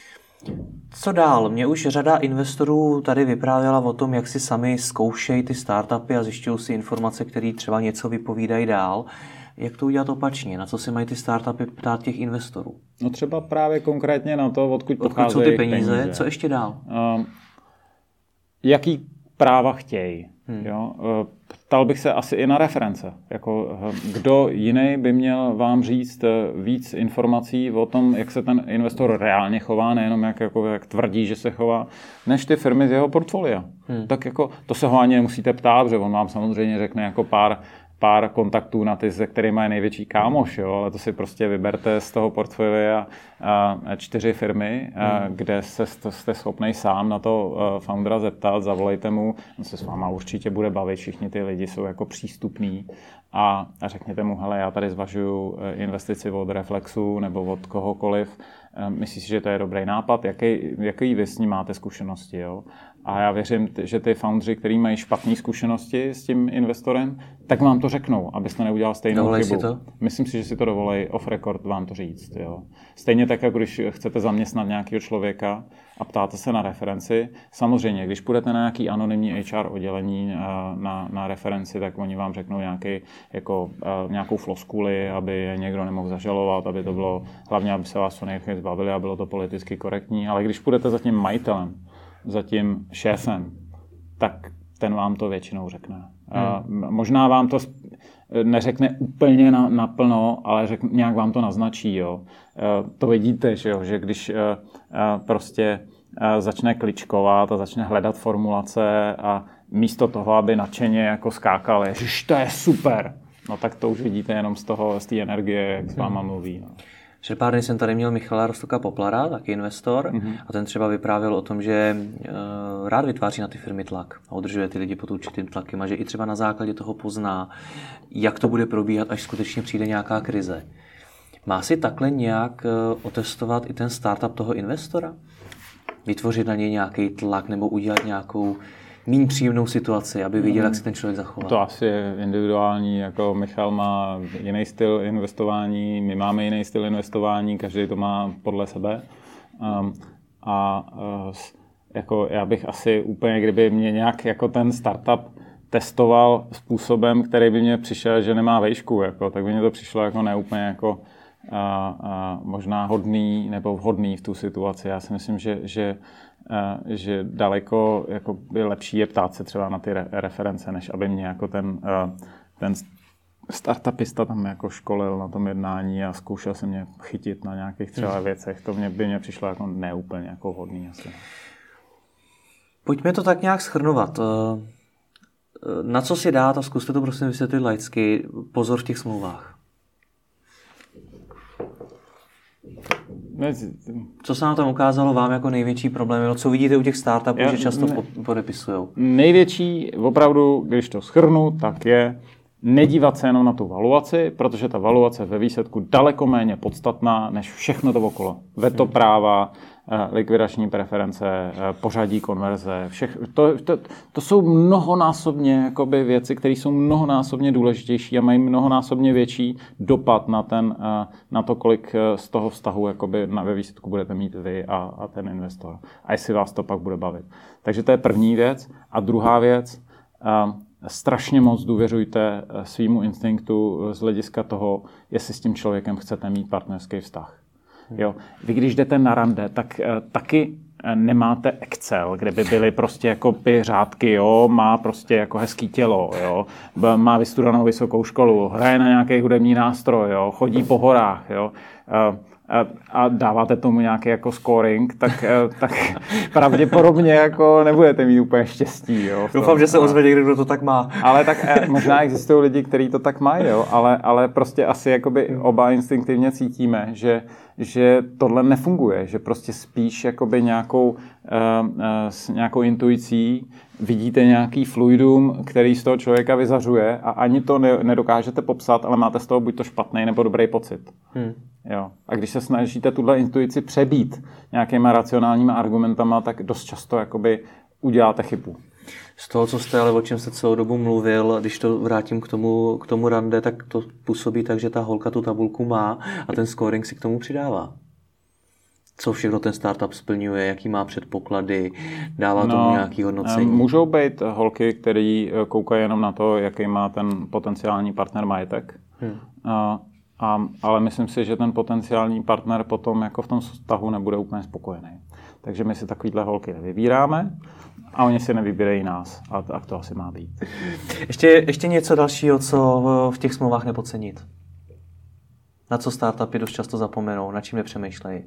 Co dál? Mě už řada investorů tady vyprávěla o tom, jak si sami zkoušejí ty startupy a zjišťují si informace, které třeba něco vypovídají dál. Jak to udělat opačně? Na co se mají ty startupy ptát těch investorů? No třeba právě konkrétně na to, odkud, odkud pocházejí jsou ty peníze. peníze. Co ještě dál? Um, jaký práva chtějí? Hmm. Jo? Ptal bych se asi i na reference. Jako, kdo jiný by měl vám říct víc informací o tom, jak se ten investor reálně chová, nejenom jak, jako, jak tvrdí, že se chová, než ty firmy z jeho portfolia. Hmm. Tak jako, to se ho ani nemusíte ptát, protože on vám samozřejmě řekne jako pár pár kontaktů na ty, se kterými je největší kámoš, jo? Ale to si prostě vyberte z toho portfolia a čtyři firmy, a hmm. kde se, jste schopnej sám na to foundera zeptat, zavolejte mu, on se s váma určitě bude bavit, všichni ty lidi jsou jako přístupní a, a řekněte mu, hele, já tady zvažuju investici od Reflexu nebo od kohokoliv, myslíš si, že to je dobrý nápad, jaký, jaký vy s ním máte zkušenosti, jo? A já věřím, že ty foundři, kteří mají špatné zkušenosti s tím investorem, tak vám to řeknou, abyste neudělal stejnou Dovolej chybu. Si to? Myslím si, že si to dovolej off record vám to říct. Jo. Stejně tak, jako když chcete zaměstnat nějakého člověka a ptáte se na referenci. Samozřejmě, když půjdete na nějaký anonymní H R oddělení na, na referenci, tak oni vám řeknou nějaký, jako, nějakou floskuli, aby je někdo nemohl zažalovat, aby to bylo, hlavně aby se vás co nejrychleji zbavili a bylo to politicky korektní. Ale když půjdete za tím majitelem, za tím šéfem, tak ten vám to většinou řekne. Hmm. Možná vám to neřekne úplně na, naplno, ale řek, nějak vám to naznačí. Jo. To vidíte, že, jo, že když prostě začne kličkovat a začne hledat formulace a místo toho, aby nadšeně jako skákal, ježiš, to je super, no tak to už vidíte jenom z toho, z té energie, jak s váma mluví. No. Před pár dny jsem tady měl Michala Roztoka Poplara, taky investor, mm-hmm. a ten třeba vyprávěl o tom, že uh, rád vytváří na ty firmy tlak a udržuje ty lidi pod určitým tlakem a že i třeba na základě toho pozná, jak to bude probíhat, až skutečně přijde nějaká krize. Má si takhle nějak uh, otestovat i ten startup toho investora? Vytvořit na něj nějaký tlak nebo udělat nějakou méně příjemnou situaci, aby viděl, jak se ten člověk zachová. To asi je individuální, jako Michal má jiný styl investování, my máme jiný styl investování, každý to má podle sebe. Um, a uh, jako já bych asi úplně, kdyby mě nějak jako ten startup testoval způsobem, který by mě přišel, že nemá vejšku, jako, tak by mě to přišlo jako neúplně jako a, a možná hodný nebo vhodný v tu situaci. Já si myslím, že, že že daleko jako je lepší je ptát se třeba na ty re- reference, než aby mě jako ten, ten startupista tam jako školil na tom jednání a zkoušel se mě chytit na nějakých třeba věcech. To mě, by mě přišlo jako neúplně jako vhodný asi. Pojďme to tak nějak shrnovat. Na co si dát, a zkuste to prosím vysvětlit laicky, pozor v těch smlouvách? Co se nám tam ukázalo vám jako největší problém? Co vidíte u těch startupů, Já, že často ne, podepisujou? Největší, opravdu, když to shrnu, tak je nedívat se jenom na tu valuaci, protože ta valuace je ve výsledku daleko méně podstatná než všechno to okolo. Veto práva, likvidační preference, pořadí konverze, všech, to, to, to jsou mnohonásobně jakoby věci, které jsou mnohonásobně důležitější a mají mnohonásobně větší dopad na, ten, na to, kolik z toho vztahu jakoby na, ve výsledku budete mít vy a, a ten investor. A jestli vás to pak bude bavit. Takže to je první věc. A druhá věc, strašně moc důvěřujte svýmu instinktu z hlediska toho, jestli s tím člověkem chcete mít partnerský vztah. Jo. Vy když jdete na rande, tak taky nemáte Excel, kde by byly prostě jako by řádky, jo, má prostě jako hezký tělo, jo, má vystudovanou vysokou školu, hraje na nějaký hudební nástroj, jo, chodí po horách, jo, a dáváte tomu nějaký jako scoring, tak, tak pravděpodobně jako nebudete mít úplně štěstí. Jo, Doufám, že se ozve někdo, kdo to tak má. Ale tak možná existují lidi, kteří to tak mají, jo, ale, ale prostě asi jakoby oba instinktivně cítíme, že, že tohle nefunguje, že prostě spíš jakoby nějakou, uh, uh, s nějakou intuicí vidíte nějaký fluidum, který z toho člověka vyzařuje a ani to ne, nedokážete popsat, ale máte z toho buď to špatný nebo dobrý pocit. Hmm. Jo. A když se snažíte tuhle intuici přebít nějakýma racionálníma argumentama, tak dost často jakoby uděláte chybu. Z toho, co jste, ale o čem jste celou dobu mluvil, když to vrátím k tomu, k tomu rande, tak to působí tak, že ta holka tu tabulku má a ten scoring si k tomu přidává. Co všechno ten startup splňuje, jaký má předpoklady, dává no, tomu nějaký hodnocení. Můžou být holky, které koukají jenom na to, jaký má ten potenciální partner majetek. Hmm. A, a, ale myslím si, že ten potenciální partner potom jako v tom vztahu nebude úplně spokojený. Takže my si takovýhle holky nevybíráme a oni si nevybírají nás. A, a to asi má být. Ještě, ještě něco dalšího, co v těch smlouvách nepodcenit. Na co startupy dost často zapomenou, na čím nepřemýšlejí.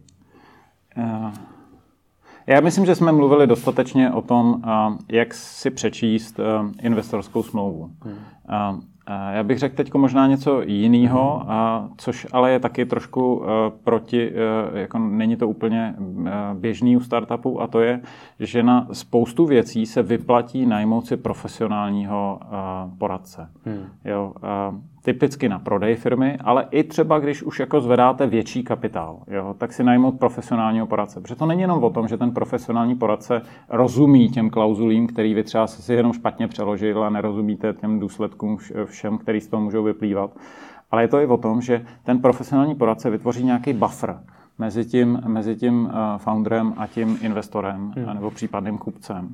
Já myslím, že jsme mluvili dostatečně o tom, jak si přečíst investorskou smlouvu. Hmm. Já bych řekl teď možná něco jiného, což ale je taky trošku proti, jako není to úplně běžný u startupů, a to je, že na spoustu věcí se vyplatí najmout si profesionálního poradce. Hmm. Jo, typicky na prodej firmy, ale i třeba, když už jako zvedáte větší kapitál, jo, tak si najmout profesionálního poradce. Protože to není jenom o tom, že ten profesionální poradce rozumí těm klauzulím, který vy třeba si jenom špatně přeložil a nerozumíte těm důsledkům všem, který z toho můžou vyplývat. Ale je to i o tom, že ten profesionální poradce vytvoří nějaký buffer mezi tím, mezi tím founderem a tím investorem hmm. nebo případným kupcem.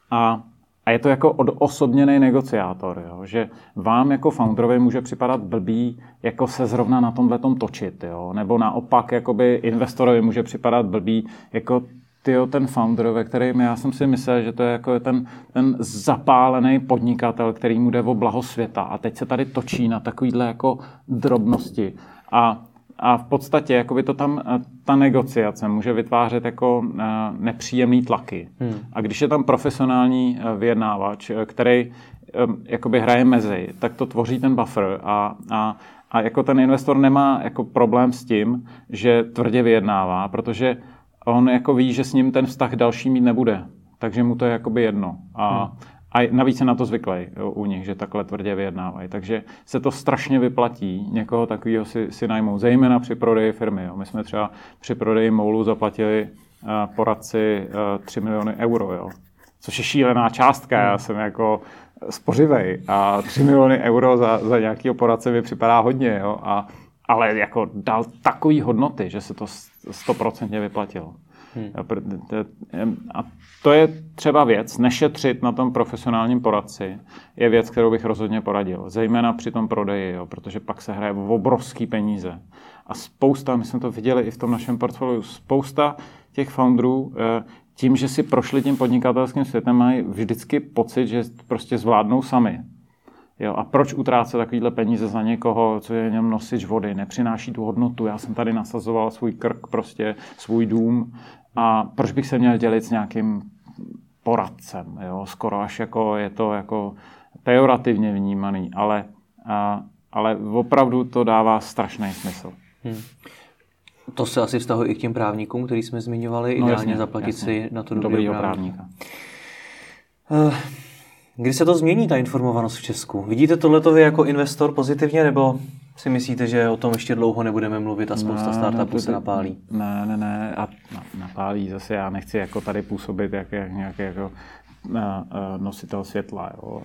A A je to jako odosobněný negociátor, jo? Že vám jako founderovi může připadat blbý jako se zrovna na tomhletom točit, jo? Nebo naopak jakoby investorovi může připadat blbý jako tyjo, ten founder, ve kterým já jsem si myslel, že to je jako ten, ten zapálený podnikatel, který mu jde o blaho světa a teď se tady točí na takovýhle jako drobnosti. A A v podstatě jakoby to tam, ta negociace může vytvářet jako nepříjemný tlaky. Hmm. A když je tam profesionální vyjednávač, který jakoby hraje mezi, tak to tvoří ten buffer a, a, a jako ten investor nemá jako problém s tím, že tvrdě vyjednává, protože on jako ví, že s ním ten vztah další mít nebude. Takže mu to je jakoby jedno. A hmm. A navíc se na to zvyklej u nich, že takhle tvrdě vyjednávají. Takže se to strašně vyplatí někoho takového si, si najmout, zejména při prodeji firmy. Jo. My jsme třeba při prodeji Moulu zaplatili uh, poradci uh, tři miliony euro, jo. Což je šílená částka. Já jsem jako spořivej a tři miliony euro za, za nějakého poradce mi připadá hodně. Jo. A, ale jako dal takový hodnoty, že se to stoprocentně vyplatilo. Hmm. A to je třeba věc, nešetřit na tom profesionálním poradci, je věc, kterou bych rozhodně poradil. Zejména při tom prodeji, jo, protože pak se hraje v obrovský peníze. A spousta, my jsme to viděli i v tom našem portfoliu, spousta těch founderů tím, že si prošli tím podnikatelským světem, mají vždycky pocit, že prostě zvládnou sami. Jo, a proč utrácet takovýhle peníze za někoho, co je jenom nosič vody, nepřináší tu hodnotu, já jsem tady nasazoval svůj krk, prostě svůj dům a proč bych se měl dělit s nějakým poradcem, jo, skoro až jako je to jako pejorativně vnímaný, ale, a, ale opravdu to dává strašný smysl. Hmm. To se asi vztahuje i k těm právníkům, který jsme zmiňovali, no, ideálně jasně, zaplatit jasně. si na to dobrýho právníka. právníka. Kdy se to změní, ta informovanost v Česku? Vidíte tohleto vy jako investor pozitivně, nebo si myslíte, že o tom ještě dlouho nebudeme mluvit a spousta ne, startupů ne, se napálí? Ne, ne, ne. A napálí zase, já nechci jako tady působit jak, jak nějaký jako nositel světla. Jo.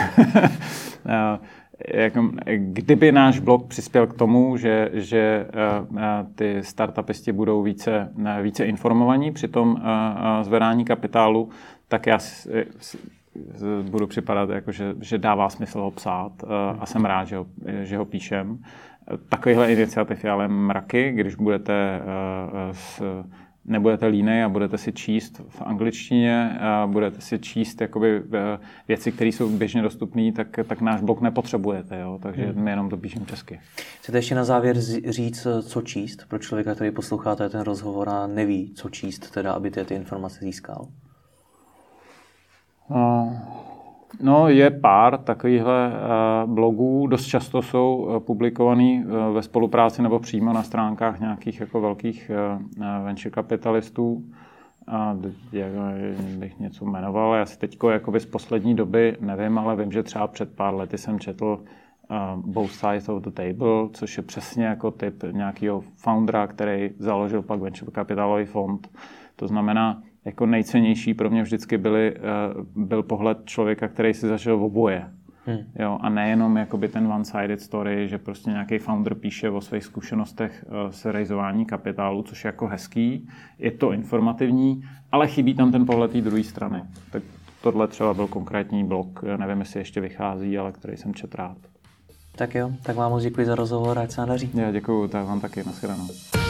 Jako, kdyby náš blog přispěl k tomu, že, že ty startupisti budou více, více informovaní při tom zvedání kapitálu, tak já budu připadat, jako, že, že dává smysl ho psát a jsem rád, že ho, že ho píšem. Takovýhle iniciativ je ale mraky, když budete s nebudete línej a budete si číst v angličtině, a budete si číst jakoby věci, které jsou běžně dostupné, tak, tak náš blog nepotřebujete, jo? Takže hmm. my jenom to píšeme česky. Chcete ještě na závěr říct, co číst pro člověka, který posloucháte ten rozhovor a neví, co číst, teda, aby ty, ty informace získal? No, je pár takovýchhle blogů, dost často jsou publikovaný ve spolupráci nebo přímo na stránkách nějakých jako velkých venture kapitalistů. A jak bych něco jmenoval, já si teďko jakoby z poslední doby nevím, ale vím, že třeba před pár lety jsem četl Both Sides of the Table, což je přesně jako typ nějakého foundera, který založil pak venture kapitalový fond. To znamená, jako nejcennější pro mě vždycky byly, byl pohled člověka, který si zažil oboje. Hmm. Jo, a nejenom jakoby ten one-sided story, že prostě nějaký founder píše o svých zkušenostech s rejzování kapitálu, což je jako hezký, je to informativní, ale chybí tam ten pohled té druhé strany. Tak tohle třeba byl konkrétní blog, nevím, jestli ještě vychází, ale který jsem četl rád. Tak jo, tak vám moc děkuji za rozhovor, ať se nám daří. Já děkuju, tak vám taky, nashledanou.